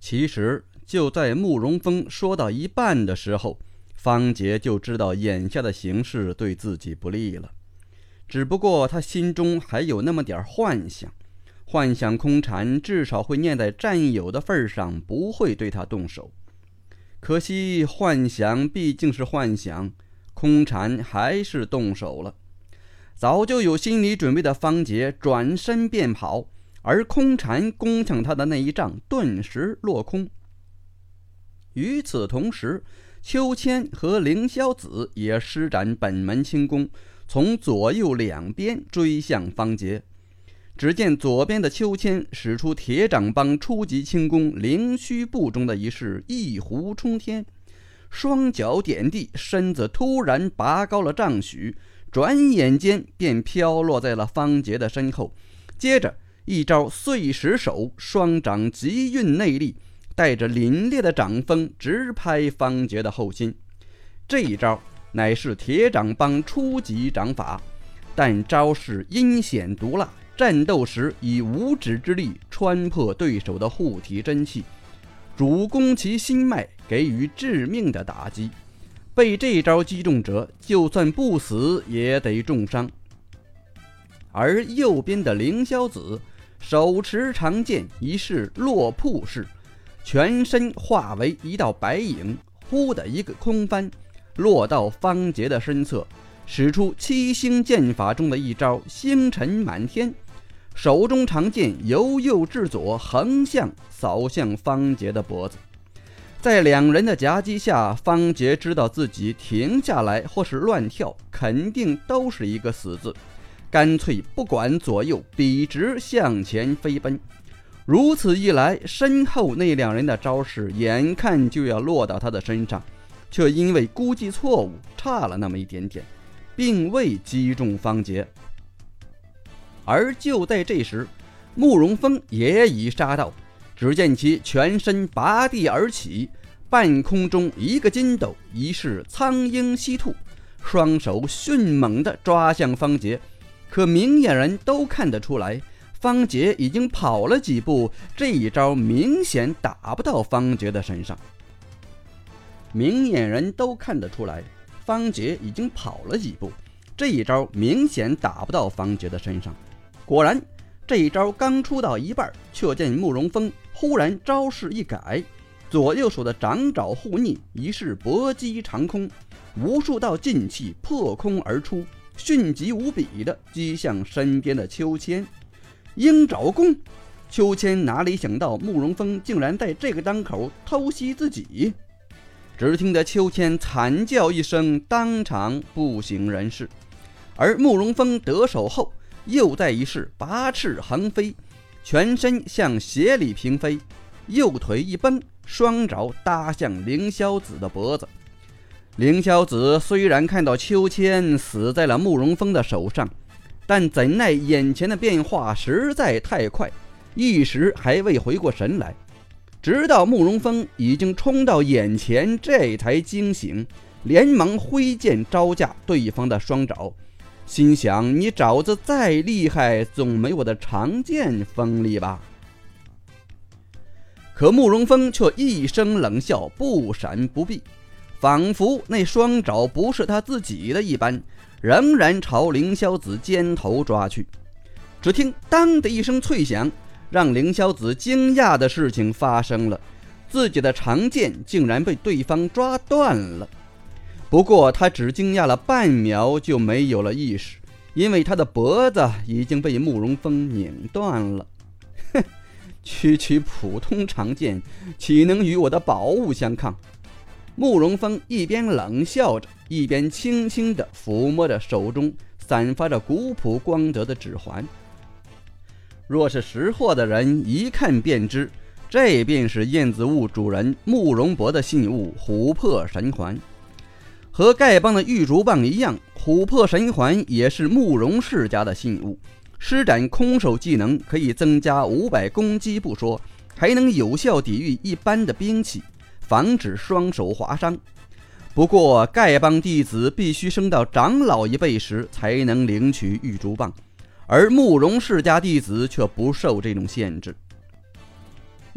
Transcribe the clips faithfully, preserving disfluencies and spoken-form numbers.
其实就在慕容峰说到一半的时候，方杰就知道眼下的形势对自己不利了。只不过他心中还有那么点幻想，幻想空禅至少会念在战友的份上，不会对他动手。可惜幻想毕竟是幻想，空禅还是动手了。早就有心理准备的方杰转身便跑，而空禅攻向他的那一仗顿时落空。与此同时，秋千和凌霄子也施展本门轻功，从左右两边追向方杰。只见左边的秋千使出铁掌帮初级轻功灵虚步中的一式一弧冲天，双脚点地，身子突然拔高了丈许，转眼间便飘落在了方杰的身后。接着一招碎石手，双掌急运内力，带着凛冽的掌风直拍方杰的后心。这一招乃是铁掌帮初级掌法，但招式阴险毒辣，战斗时以五指之力穿破对手的护体真气，主攻其心脉，给予致命的打击。被这招击中者，就算不死也得重伤。而右边的凌霄子手持长剑，一式落瀑式，全身化为一道白影，忽的一个空翻，落到方杰的身侧，使出七星剑法中的一招星辰满天，手中长剑由右至左横向扫向方杰的脖子。在两人的夹击下，方杰知道自己停下来或是乱跳，肯定都是一个死字，干脆不管左右，笔直向前飞奔。如此一来，身后那两人的招式眼看就要落到他的身上，却因为估计错误，差了那么一点点，并未击中方杰。而就在这时，慕容峰也已杀到，只见其全身拔地而起，半空中一个筋斗，一式苍鹰吸兔，双手迅猛地抓向方杰。可明眼人都看得出来，方杰已经跑了几步，这一招明显打不到方杰的身上。明眼人都看得出来，方杰已经跑了几步，这一招明显打不到方杰的身上。果然，这一招刚出到一半，却见慕容峰忽然招式一改，左右手的掌爪互逆，一式搏击长空，无数道劲气破空而出，迅疾无比地击向身边的秋千。鹰爪功！秋千哪里想到慕容峰竟然在这个当口偷袭自己，只听得秋千惨叫一声，当场不省人事。而慕容峰得手后，又在一式拔翅横飞，全身向斜里平飞，右腿一蹬，双爪搭向凌霄子的脖子。凌霄子虽然看到秋千死在了慕容峰的手上，但怎奈眼前的变化实在太快，一时还未回过神来，直到慕容峰已经冲到眼前，这才惊醒，连忙挥剑招架对方的双爪，心想你爪子再厉害，总没我的长剑锋利吧。可慕容峰却一声冷笑，不闪不避，仿佛那双爪不是他自己的一般，仍然朝凌霄子肩头抓去。只听当的一声脆响，让凌霄子惊讶的事情发生了，自己的长剑竟然被对方抓断了。不过他只惊讶了半秒就没有了意识，因为他的脖子已经被慕容峰拧断了。哼，区区普通长剑岂能与我的宝物相抗？慕容峰一边冷笑着，一边轻轻地抚摸着手中散发着古朴光泽的指环。若是识货的人一看便知，这便是燕子坞主人慕容博的信物琥珀神环。和丐帮的玉竹棒一样，琥珀神环也是慕容世家的信物，施展空手技能可以增加五百攻击不说，还能有效抵御一般的兵器，防止双手划伤。不过丐帮弟子必须升到长老一辈时才能领取玉竹棒，而慕容世家弟子却不受这种限制。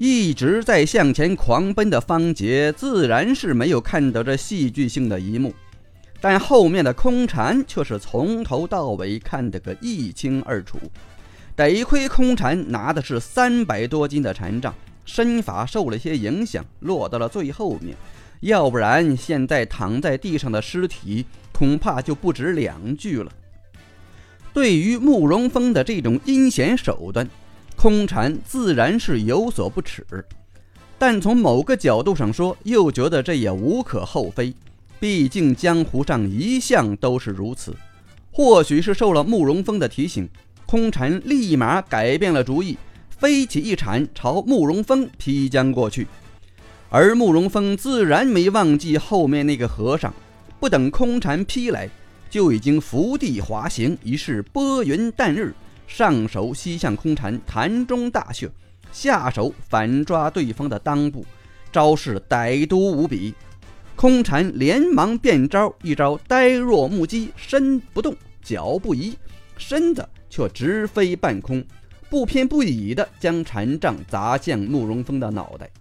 一直在向前狂奔的方杰自然是没有看到这戏剧性的一幕，但后面的空蝉却是从头到尾看得个一清二楚。得亏空蝉拿的是三百多斤的禅杖，身法受了些影响，落到了最后面，要不然现在躺在地上的尸体恐怕就不止两具了。对于慕容峰的这种阴险手段，空蝉自然是有所不耻，但从某个角度上说，又觉得这也无可厚非，毕竟江湖上一向都是如此。或许是受了慕容峰的提醒，空蝉立马改变了主意，飞起一铲朝慕容峰劈将过去。而慕容峰自然没忘记后面那个和尚，不等空蝉劈来，就已经伏地滑行，一式拨云淡日，上手西向空蝉潭中大穴，下手反抓对方的裆部，招式歹毒无比。空蝉连忙变招，一招呆若木鸡，身不动脚不移，身子却直飞半空，不偏不倚地将禅杖砸向慕容峰的脑袋。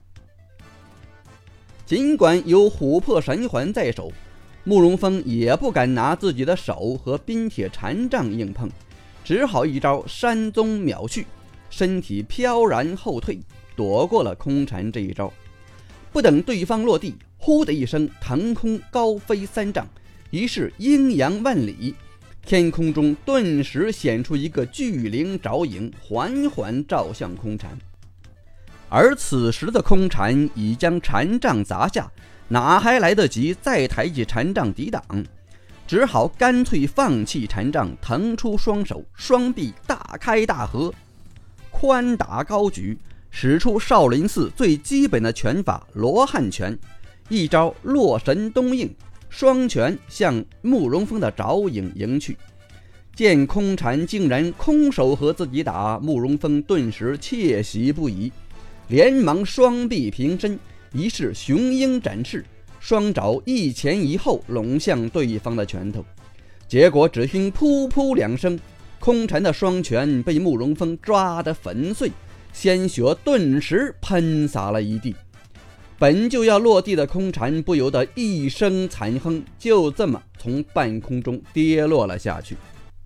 尽管有琥珀神环在手，慕容峰也不敢拿自己的手和冰铁禅杖硬碰，只好一招山踪秒去，身体飘然后退，躲过了空禅这一招。不等对方落地，呼的一声腾空高飞三丈，一式阴阳万里，天空中顿时显出一个巨灵爪影，缓缓照向空禅。而此时的空禅已将禅杖砸下，哪还来得及再抬起禅杖抵挡，只好干脆放弃禅杖，腾出双手，双臂大开大合，宽打高举，使出少林寺最基本的拳法罗汉拳，一招洛神东应，双拳向慕容峰的爪影迎去。见空禅竟然空手和自己打，慕容峰顿时窃喜不已，连忙双臂平伸，一式雄鹰展翅，双爪一前一后拢向对方的拳头。结果只听噗噗两声，空禅的双拳被慕容峰抓得粉碎，鲜血顿时喷洒了一地。本就要落地的空禅不由得一声惨哼，就这么从半空中跌落了下去。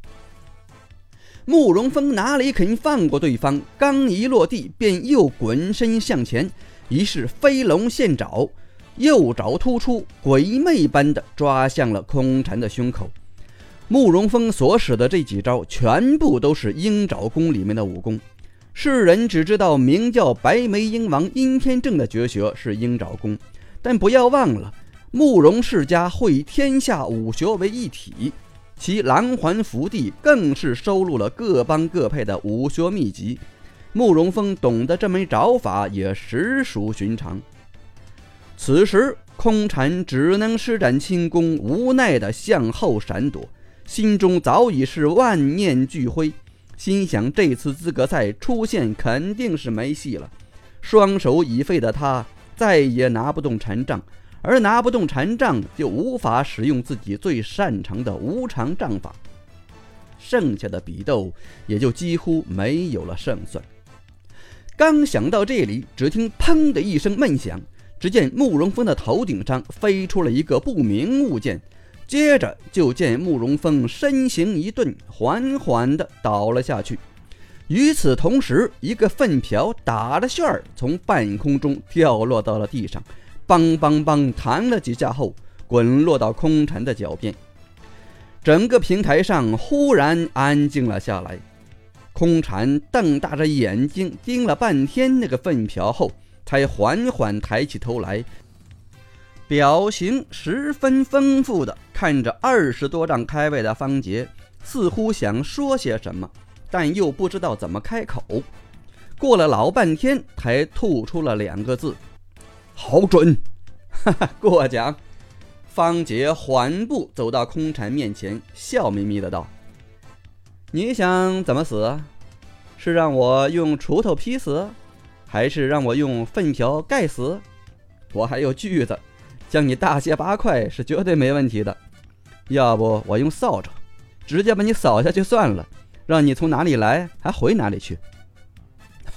慕容峰哪里肯放过对方，刚一落地便又滚身向前，一式飞龙现爪，右爪突出，鬼魅般的抓向了空禅的胸口。慕容峰所使的这几招全部都是鹰爪功里面的武功，世人只知道名叫白眉鹰王阴天正的绝学是鹰爪功，但不要忘了慕容世家汇天下武学为一体，其狼环福地更是收录了各帮各派的武学秘籍，慕容峰懂得这门爪法也实属寻常。此时空禅只能施展轻功，无奈地向后闪躲，心中早已是万念俱灰，心想这次资格赛出现肯定是没戏了。双手已废的他再也拿不动禅杖，而拿不动禅杖就无法使用自己最擅长的无常杖法，剩下的比斗也就几乎没有了胜算。刚想到这里，只听砰的一声闷响，只见慕容峰的头顶上飞出了一个不明物件，接着就见慕容峰身形一顿，缓缓地倒了下去。与此同时，一个粪瓢打了旋儿，从半空中掉落到了地上，梆梆梆弹了几下后，滚落到空禅的脚边。整个平台上忽然安静了下来，空禅瞪大着眼睛盯了半天那个粪瓢后，才缓缓抬起头来，表情十分丰富的看着二十多丈开外的方杰，似乎想说些什么，但又不知道怎么开口。过了老半天，才吐出了两个字：好准。哈哈，过奖。方杰缓步走到空禅面前，笑眯眯的道：你想怎么死？是让我用锄头劈死，还是让我用粪瓢盖死？我还有锯子，将你大卸八块是绝对没问题的。要不我用扫帚直接把你扫下去算了，让你从哪里来还回哪里去。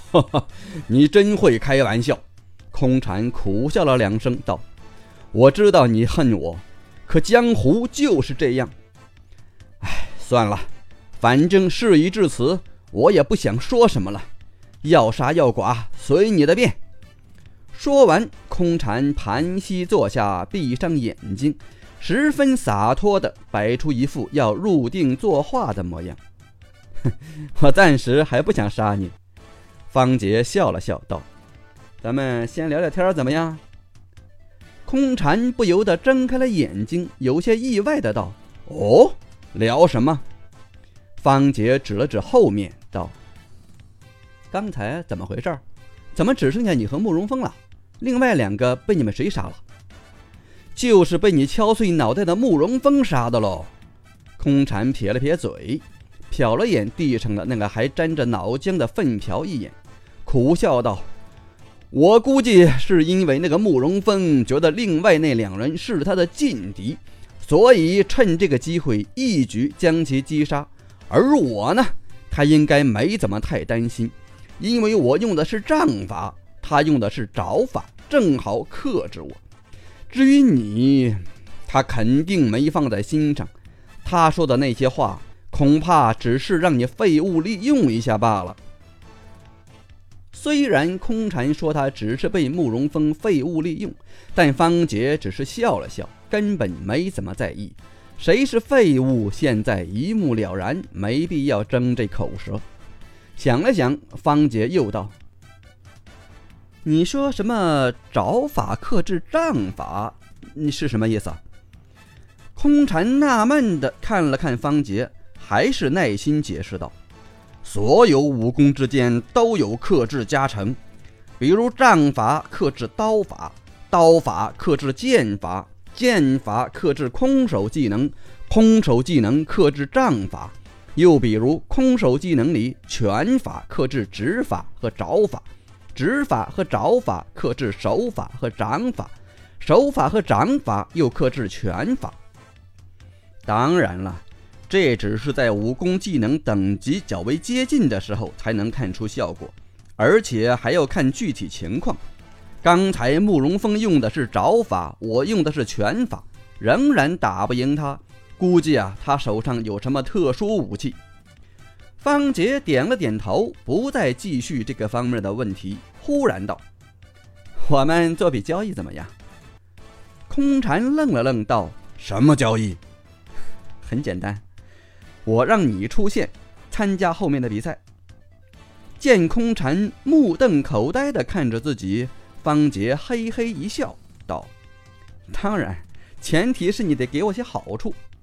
哈哈，你真会开玩笑。空禅苦笑了两声，道：我知道你恨我，可江湖就是这样。哎，算了，反正事已至此，我也不想说什么了。要杀要剐，随你的便。说完，空禅盘膝坐下，闭上眼睛，十分洒脱地摆出一副要入定作画的模样。我暂时还不想杀你。方杰笑了笑道：咱们先聊聊天怎么样？空禅不由得睁开了眼睛，有些意外的道：哦，聊什么？方杰指了指后面道：刚才怎么回事？怎么只剩下你和慕容峰了？另外两个被你们谁杀了？就是被你敲碎脑袋的慕容峰杀的喽。空禅撇了撇嘴，瞟了眼地上的那个还沾着脑浆的粪瓢一眼，苦笑道：我估计是因为那个慕容峰觉得另外那两人是他的劲敌，所以趁这个机会一举将其击杀。而我呢，他应该没怎么太担心，因为我用的是杖法，他用的是爪法，正好克制我。至于你，他肯定没放在心上，他说的那些话恐怕只是让你废物利用一下罢了。虽然空禅说他只是被慕容峰废物利用，但方杰只是笑了笑，根本没怎么在意。谁是废物，现在一目了然，没必要争这口舌。想了想，方杰又道：你说什么爪法克制杖法，你是什么意思啊？空禅纳闷地看了看方杰，还是耐心解释道：所有武功之间都有克制加成，比如杖法克制刀法，刀法克制剑法，剑法克制空手技能，空手技能克制杖法，又比如空手技能里拳法克制指法和爪法，指法和爪法克制手法和掌法，手法和掌法又克制拳法。当然了，这只是在武功技能等级较为接近的时候才能看出效果，而且还要看具体情况。刚才慕容峰用的是爪法，我用的是拳法，仍然打不赢他，估计啊，他手上有什么特殊武器。方杰点了点头，不再继续这个方面的问题，忽然道：我们做笔交易怎么样？空禅愣了愣道：什么交易？很简单，我让你出现参加后面的比赛。见空禅目瞪口呆地看着自己，方杰嘿嘿一笑道：当然，前提是你得给我些好处。